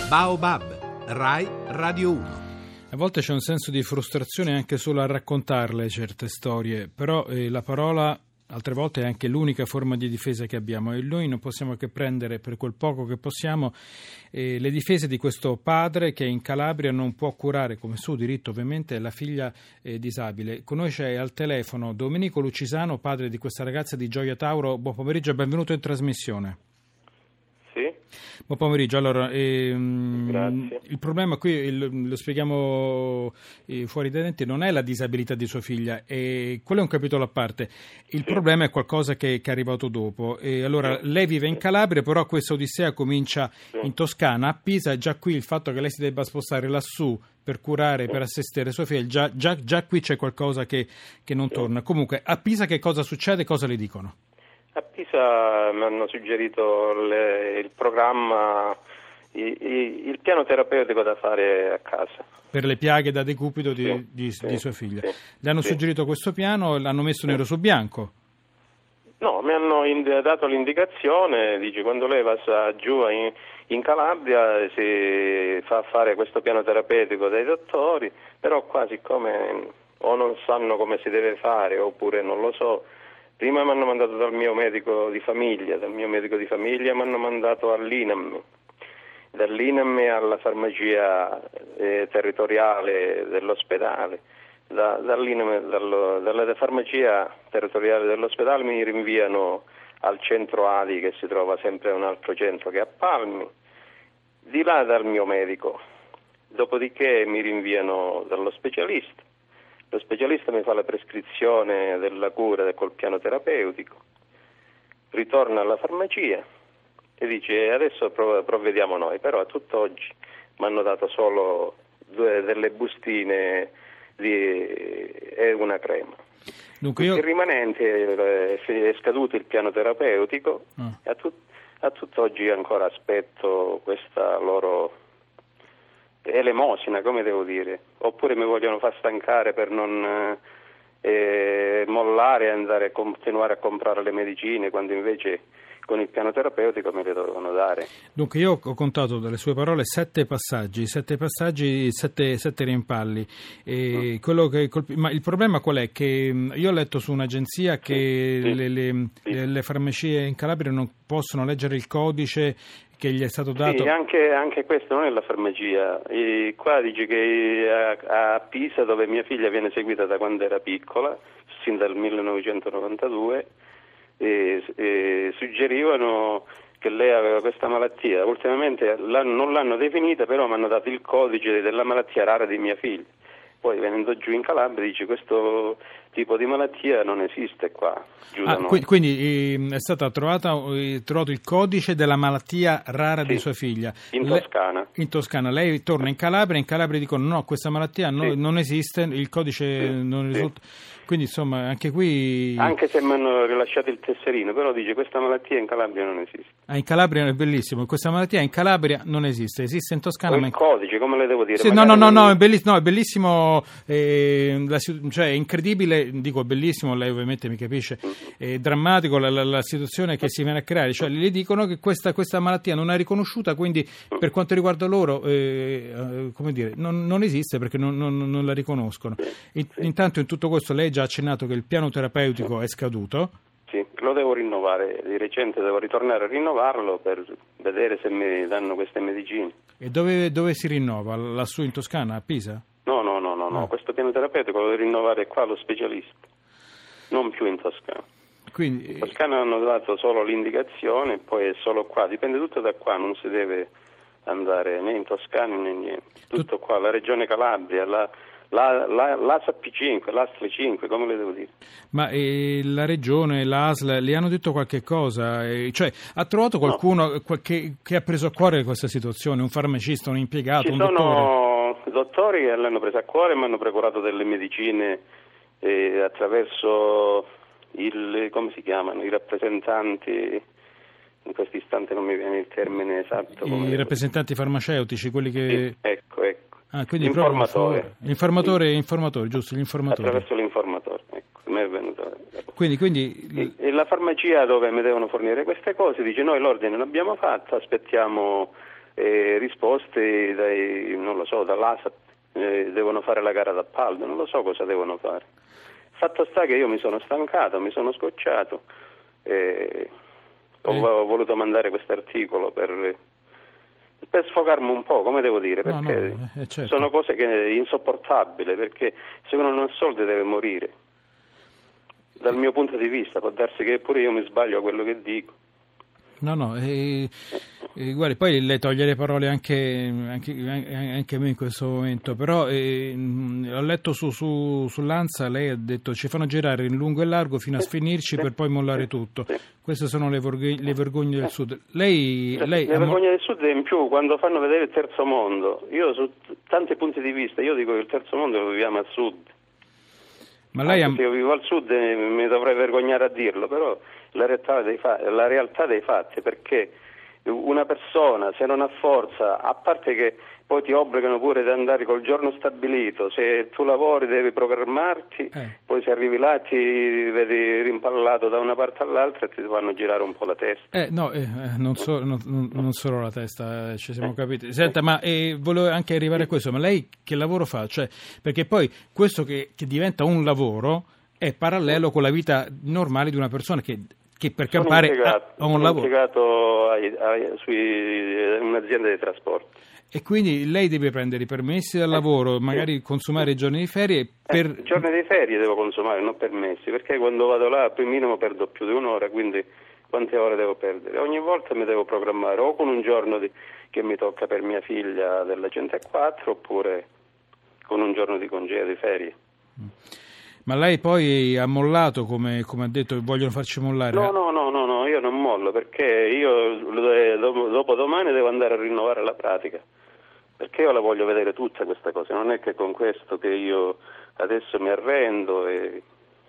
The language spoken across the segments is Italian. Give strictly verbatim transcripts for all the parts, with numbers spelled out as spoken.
Baobab, Rai Radio uno. A volte c'è un senso di frustrazione anche solo a raccontarle certe storie, però eh, la parola altre volte è anche l'unica forma di difesa che abbiamo e noi non possiamo che prendere per quel poco che possiamo eh, le difese di questo padre che in Calabria non può curare, come suo diritto ovviamente, la figlia eh, disabile. Con noi c'è al telefono Domenico Lucisano, padre di questa ragazza di Gioia Tauro. Buon pomeriggio e benvenuto in trasmissione. Buon pomeriggio. Allora, ehm, il problema qui, il, lo spieghiamo eh, fuori dai denti, non è la disabilità di sua figlia, e quello è un capitolo a parte. Il sì. problema è qualcosa che, che è arrivato dopo. E allora, sì. lei vive in Calabria, però questa odissea comincia sì. in Toscana, a Pisa. Già qui il fatto che lei si debba spostare lassù per curare, sì. per assistere sua figlia, già, già, già qui c'è qualcosa che, che non sì. torna. Comunque, a Pisa che cosa succede? Cosa le dicono? A Pisa mi hanno suggerito le, il programma, i, i, il piano terapeutico da fare a casa. Per le piaghe da decubito di, sì, di, sì, di sua figlia. Sì, Le hanno sì. suggerito questo piano, l'hanno messo nero su bianco? No, mi hanno ind- dato l'indicazione, dice quando lei va giù in, in Calabria si fa fare questo piano terapeutico dai dottori, però qua siccome o non sanno come si deve fare oppure non lo so. Prima mi hanno mandato dal mio medico di famiglia, dal mio medico di famiglia mi hanno mandato all'INAM, dall'INAM alla farmacia eh, territoriale dell'ospedale, da, dall'INAM, dallo, dalla farmacia territoriale dell'ospedale mi rinviano al centro A D I che si trova sempre a un altro centro che è a Palmi, di là dal mio medico, dopodiché mi rinviano dallo specialista. Lo specialista mi fa la prescrizione della cura col piano terapeutico, ritorna alla farmacia e dice adesso provvediamo noi, però a tutt'oggi mi hanno dato solo due delle bustine di, e una crema. Dunque io... Il rimanente è scaduto il piano terapeutico ah. e a, tut, a tutt'oggi ancora aspetto questa loro... elemosina, come devo dire, oppure mi vogliono far stancare per non eh, mollare e andare a continuare a comprare le medicine quando invece con il piano terapeutico me le dovevano dare. Dunque io ho contato dalle sue parole sette passaggi, sette passaggi, sette, sette rimpalli. E mm. quello che colpi... Ma il problema qual è? Che io ho letto su un'agenzia che sì, le, le, sì. le farmacie in Calabria non possono leggere il codice che gli è stato dato. Sì, anche, anche questo non è la farmacia. E qua dice che a, a Pisa, dove mia figlia viene seguita da quando era piccola, sin dal millenovecentonovantadue, e, e suggerivano che lei aveva questa malattia. Ultimamente l'hanno, non l'hanno definita, però mi hanno dato il codice della malattia rara di mia figlia. Poi venendo giù in Calabria dice questo tipo di malattia non esiste qua. Giù ah, da noi. Quindi eh, è stata trovata eh, trovato il codice della malattia rara sì, di sua figlia. In Le, Toscana. In Toscana. Lei torna in Calabria, in Calabria dicono no, questa malattia no, sì. non esiste, il codice sì, non risulta. Sì. Quindi insomma anche qui... Anche se mi hanno rilasciato il tesserino, però dice questa malattia in Calabria non esiste. Ah, in Calabria è bellissimo, questa malattia in Calabria non esiste, esiste in Toscana. O il ma in... codice, come le devo dire? Sì, no, no, no, no, è bellissimo, no, è bellissimo, eh, la, cioè è incredibile, dico bellissimo, lei ovviamente mi capisce, è drammatico la, la, la situazione che si viene a creare, cioè le dicono che questa, questa malattia non è riconosciuta, quindi per quanto riguarda loro, eh, eh, come dire, non, non esiste perché non, non, non la riconoscono. In, intanto in tutto questo lei già ha accennato che il piano terapeutico è scaduto. Sì, lo devo rinnovare, di recente devo ritornare a rinnovarlo per vedere se mi danno queste medicine. E dove, dove si rinnova? Lassù in Toscana, a Pisa? No, no, no, no, no. Ah. Questo piano terapeutico lo devo rinnovare qua allo specialista, non più in Toscana. Quindi... In Toscana hanno dato solo l'indicazione e poi è solo qua, dipende tutto da qua, non si deve andare né in Toscana né niente, tutto qua, la regione Calabria, la... La, la, l'A S A P cinque, l'A S L cinque, come le devo dire? Ma eh, la regione, l'A S L, le hanno detto qualche cosa? Eh, cioè, ha trovato qualcuno no. che, che ha preso a cuore questa situazione? Un farmacista, un impiegato, Ci un dottore? Ci sono dottori che l'hanno presa a cuore e mi hanno procurato delle medicine eh, attraverso il, come si chiamano, i rappresentanti, in questo istante non mi viene il termine esatto. I rappresentanti farmaceutici, quelli che... Sì, ecco, ecco. Ah, quindi l'informatore. L'informatore, sì. informatore, giusto, l'informatore. Attraverso l'informatore, ecco, mi è venuto. Quindi, quindi... E, e la farmacia dove mi devono fornire queste cose dice noi l'ordine l'abbiamo fatto, aspettiamo eh, risposte dai, non lo so, dall'ASAP, eh, devono fare la gara d'appalto, non lo so cosa devono fare. Fatto sta che io mi sono stancato, mi sono scocciato, eh, ho, eh. ho voluto mandare questo articolo per, per sfogarmi un po', come devo dire, perché no, no, eh, certo. sono cose che è insopportabile, perché se uno non ha soldi deve morire. Dal mio punto di vista, può darsi che pure io mi sbaglio a quello che dico. No, no, e, e, guardi, poi lei toglie le parole anche, anche, anche a me in questo momento, però eh, ho letto su, su, sull'Ansa, lei ha detto ci fanno girare in lungo e largo fino a sfinirci per poi mollare tutto. Queste sono le, vorg- le vergogne del Sud. Lei, lei le mo- vergogne del Sud e in più quando fanno vedere il terzo mondo, io su tanti punti di vista, io dico che il terzo mondo lo viviamo al Sud. Ma lei Anche ha... se io vivo al Sud e mi dovrei vergognare a dirlo, però la realtà dei fa- la realtà dei fatti, perché una persona se non ha forza, a parte che poi ti obbligano pure ad andare col giorno stabilito, se tu lavori devi programmarti, eh. poi se arrivi là ti vedi rimpallato da una parte all'altra e ti fanno girare un po' la testa. Eh, no, eh, non, so, non, non solo la testa, eh, ci siamo capiti. Senta, ma eh, volevo anche arrivare a questo, ma lei che lavoro fa? Cioè, perché poi questo che, che diventa un lavoro è parallelo con la vita normale di una persona che, che per Sono campare impiegato, ha, ha un sono lavoro. impiegato ai, ai, sui, in un'azienda di trasporto. E quindi lei deve prendere i permessi dal lavoro, magari consumare i giorni di ferie per... Eh, giorni di ferie devo consumare, non permessi, perché quando vado là più minimo perdo più di un'ora, quindi quante ore devo perdere? Ogni volta mi devo programmare o con un giorno di, che mi tocca per mia figlia della centoquattro oppure con un giorno di congedo di ferie. Ma lei poi ha mollato, come, come ha detto, vogliono farci mollare? No, no, no, no, no, io non mollo, perché io dopo, dopo domani devo andare a rinnovare la pratica. Perché io la voglio vedere tutta questa cosa, non è che con questo che io adesso mi arrendo, e...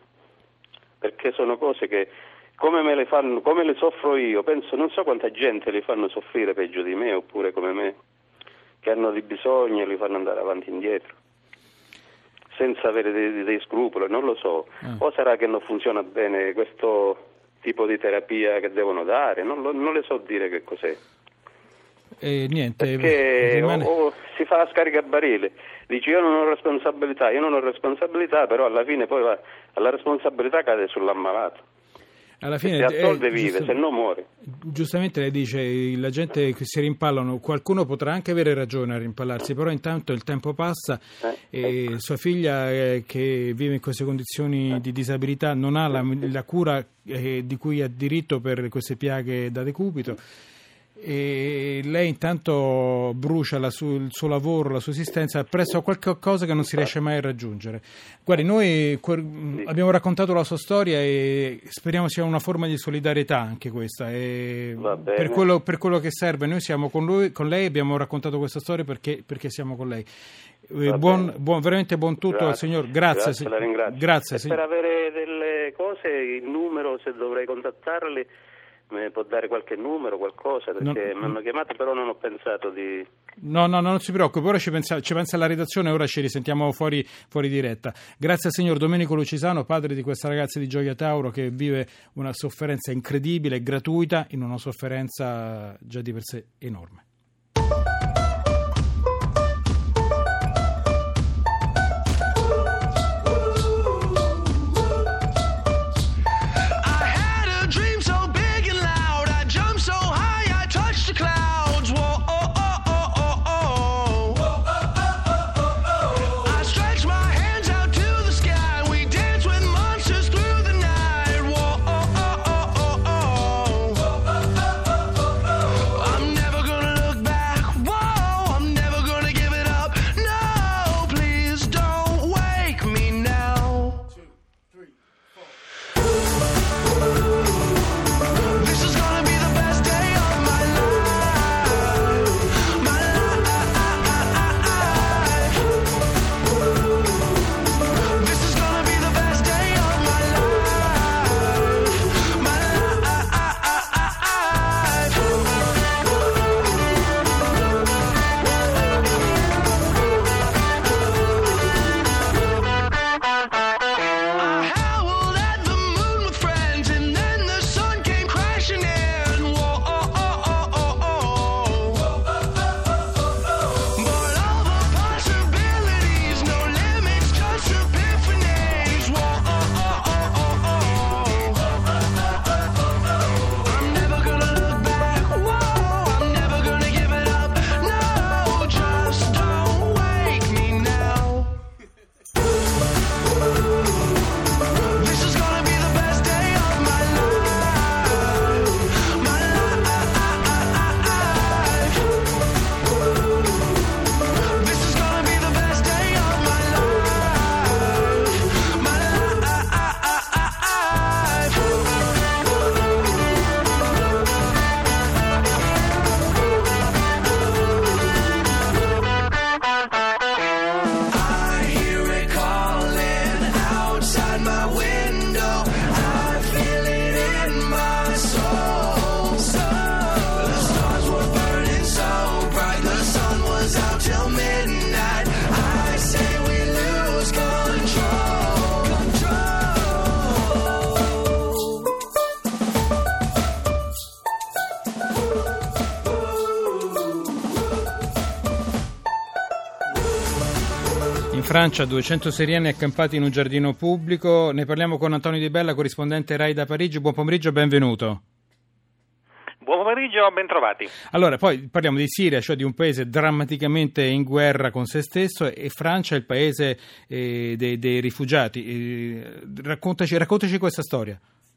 perché sono cose che come me le fanno, come le soffro io, penso, non so quanta gente li fanno soffrire peggio di me oppure come me, che hanno dei bisogni e li fanno andare avanti e indietro, senza avere dei, dei scrupoli, non lo so. Ah. O sarà che non funziona bene questo tipo di terapia che devono dare, non, lo, non le so dire che cos'è. E niente, perché rimane... o, o si fa la scaricabarile, dici io non ho responsabilità, io non ho responsabilità, però alla fine poi va, la responsabilità cade sull'ammalato. Alla fine, se ha soldi eh, vive, giusto, se no muore. Giustamente lei dice la gente che si rimpallano, qualcuno potrà anche avere ragione a rimpallarsi, però intanto il tempo passa eh, e ecco. sua figlia eh, che vive in queste condizioni di disabilità non ha la, la cura eh, di cui ha diritto per queste piaghe da decubito. E lei intanto brucia la su, il suo lavoro, la sua esistenza presso a qualcosa che non si riesce mai a raggiungere. Guardi, noi que- abbiamo raccontato la sua storia e speriamo sia una forma di solidarietà anche questa, e per, quello, per quello che serve noi siamo con, lui, con lei, abbiamo raccontato questa storia perché, perché siamo con lei. Buon, buon, veramente buon tutto grazie, al signor, grazie, grazie, la ringrazio. Grazie, per avere delle cose, il numero, se dovrei contattarli, mi può dare qualche numero, qualcosa, perché mi hanno chiamato, però non ho pensato di... No, no, non si preoccupi, ora ci pensa, ci pensa la redazione, ora ci risentiamo fuori, fuori diretta. Grazie al signor Domenico Lucisano, padre di questa ragazza di Gioia Tauro che vive una sofferenza incredibile e gratuita in una sofferenza già di per sé enorme. Whoa. Francia, duecento siriani accampati in un giardino pubblico. Ne parliamo con Antonio Di Bella, corrispondente RAI da Parigi. Buon pomeriggio, benvenuto. Buon pomeriggio, ben trovati. Allora, poi parliamo di Siria, cioè di un paese drammaticamente in guerra con se stesso, e Francia è il paese eh, dei, dei rifugiati. Eh, raccontaci, raccontaci questa storia.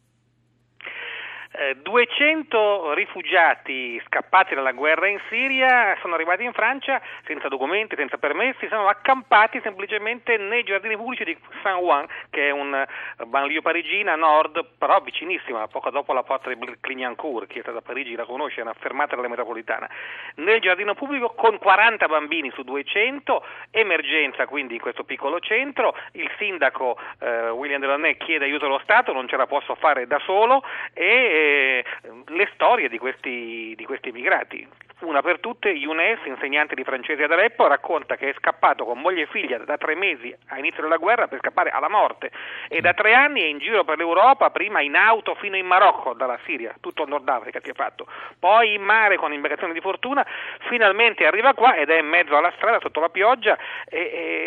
duecento rifugiati scappati dalla guerra in Siria sono arrivati in Francia senza documenti, senza permessi, sono accampati semplicemente nei giardini pubblici di Saint-Ouen, che è un banlieue parigina a nord, però vicinissima, poco dopo la porta di Clignancourt. Chi è stato a Parigi la conosce, è una fermata della metropolitana. Nel giardino pubblico con quaranta bambini su duecento, emergenza quindi in questo piccolo centro. Il sindaco eh, William Delaunay chiede aiuto allo Stato, non ce la posso fare da solo, e le storie di questi, di questi immigrati. Una per tutte, Younes, insegnante di francese ad Aleppo, racconta che è scappato con moglie e figlia da tre mesi a inizio della guerra per scappare alla morte, e da tre anni è in giro per l'Europa, prima in auto fino in Marocco dalla Siria, tutto il Nord Africa si è fatto, poi in mare con imbarcazione di fortuna, finalmente arriva qua ed è in mezzo alla strada sotto la pioggia e,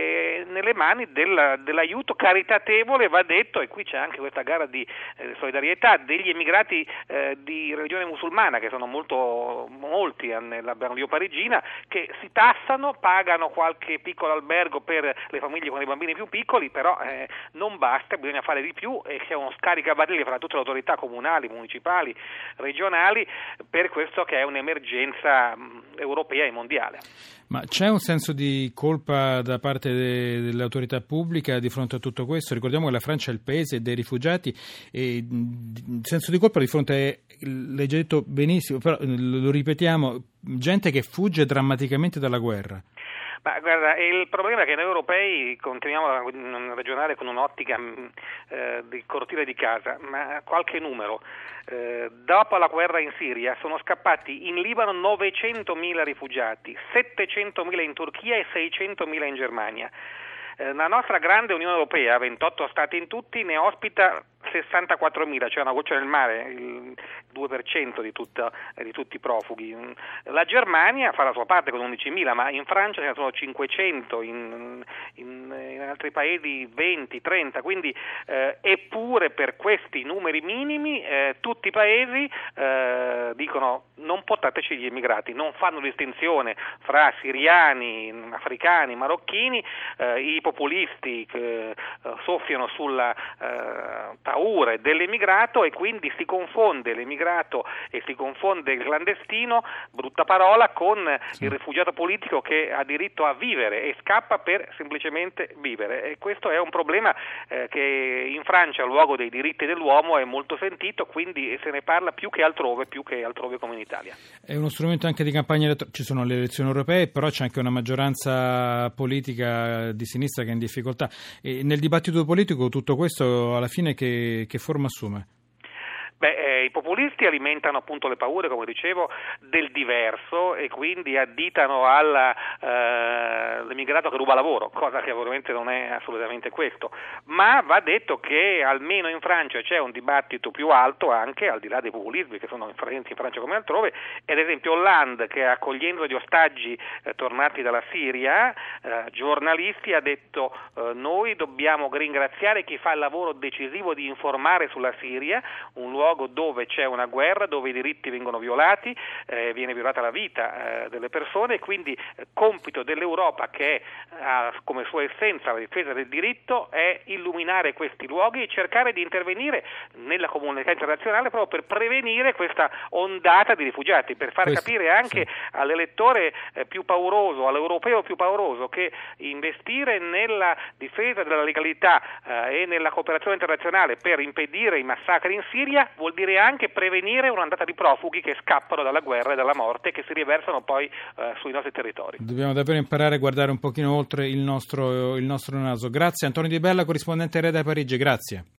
e nelle mani del, dell'aiuto caritatevole, va detto, e qui c'è anche questa gara di eh, solidarietà degli immigrati eh, di religione musulmana, che sono molto molti nella banlieue parigina, che si tassano, pagano qualche piccolo albergo per le famiglie con i bambini più piccoli, però eh, non basta, bisogna fare di più, e c'è uno scaricabarile fra tutte le autorità comunali, municipali, regionali, per questo che è un'emergenza mh, europea e mondiale. Ma c'è un senso di colpa da parte de- dell'autorità pubblica di fronte a tutto questo? Ricordiamo che la Francia è il paese dei rifugiati, e il senso di colpa di fronte a, l'hai già detto benissimo, però lo ripetiamo, gente che fugge drammaticamente dalla guerra. Ma guarda, il problema è che noi europei continuiamo a ragionare con un'ottica eh, di cortile di casa, ma qualche numero. Eh, dopo la guerra in Siria sono scappati in Libano novecentomila rifugiati, settecentomila in Turchia e seicentomila in Germania. Eh, la nostra grande Unione Europea, ventotto stati in tutti, ne ospita sessantaquattromila, cioè una goccia nel mare, il due per cento di, tutta, di tutti i profughi. La Germania fa la sua parte con undicimila, ma in Francia ce ne sono cinquecento, in, in, in altri paesi venti, trenta, quindi eh, eppure per questi numeri minimi eh, tutti i paesi eh, dicono non portateci gli immigrati, non fanno distinzione fra siriani, africani, marocchini, eh, i populisti che eh, soffiano sulla eh, paura dell'immigrato, e quindi si confonde l'immigrato e si confonde il clandestino, brutta parola, con sì. il rifugiato politico che ha diritto a vivere e scappa per semplicemente vivere, e questo è un problema eh, che in Francia, luogo dei diritti dell'uomo, è molto sentito, quindi se ne parla più che altrove, più che altrove come in Italia. È uno strumento anche di campagna elettorale, ci sono le elezioni europee, però c'è anche una maggioranza politica di sinistra che è in difficoltà, e nel dibattito politico tutto questo alla fine che, che forma assume? Beh, eh, i populisti alimentano appunto le paure, come dicevo, del diverso, e quindi additano all'immigrato eh, che ruba lavoro, cosa che ovviamente non è assolutamente questo. Ma va detto che almeno in Francia c'è un dibattito più alto, anche al di là dei populismi che sono presenti in Francia come altrove, e ad esempio Hollande, che accogliendo gli ostaggi eh, tornati dalla Siria, eh, giornalisti, ha detto eh, noi dobbiamo ringraziare chi fa il lavoro decisivo di informare sulla Siria, un luogo dove c'è una guerra, dove i diritti vengono violati, eh, viene violata la vita eh, delle persone, e quindi eh, compito dell'Europa, che ha come sua essenza la difesa del diritto, è illuminare questi luoghi e cercare di intervenire nella comunità internazionale proprio per prevenire questa ondata di rifugiati, per far Questo, capire anche sì. all'elettore eh, più pauroso, all'europeo più pauroso, che investire nella difesa della legalità eh, e nella cooperazione internazionale per impedire i massacri in Siria vuol dire anche prevenire un'ondata di profughi che scappano dalla guerra e dalla morte, che si riversano poi eh, sui nostri territori. Dobbiamo davvero imparare a guardare un pochino oltre il nostro, il nostro naso. Grazie Antonio Di Bella, corrispondente RAI da Parigi, grazie.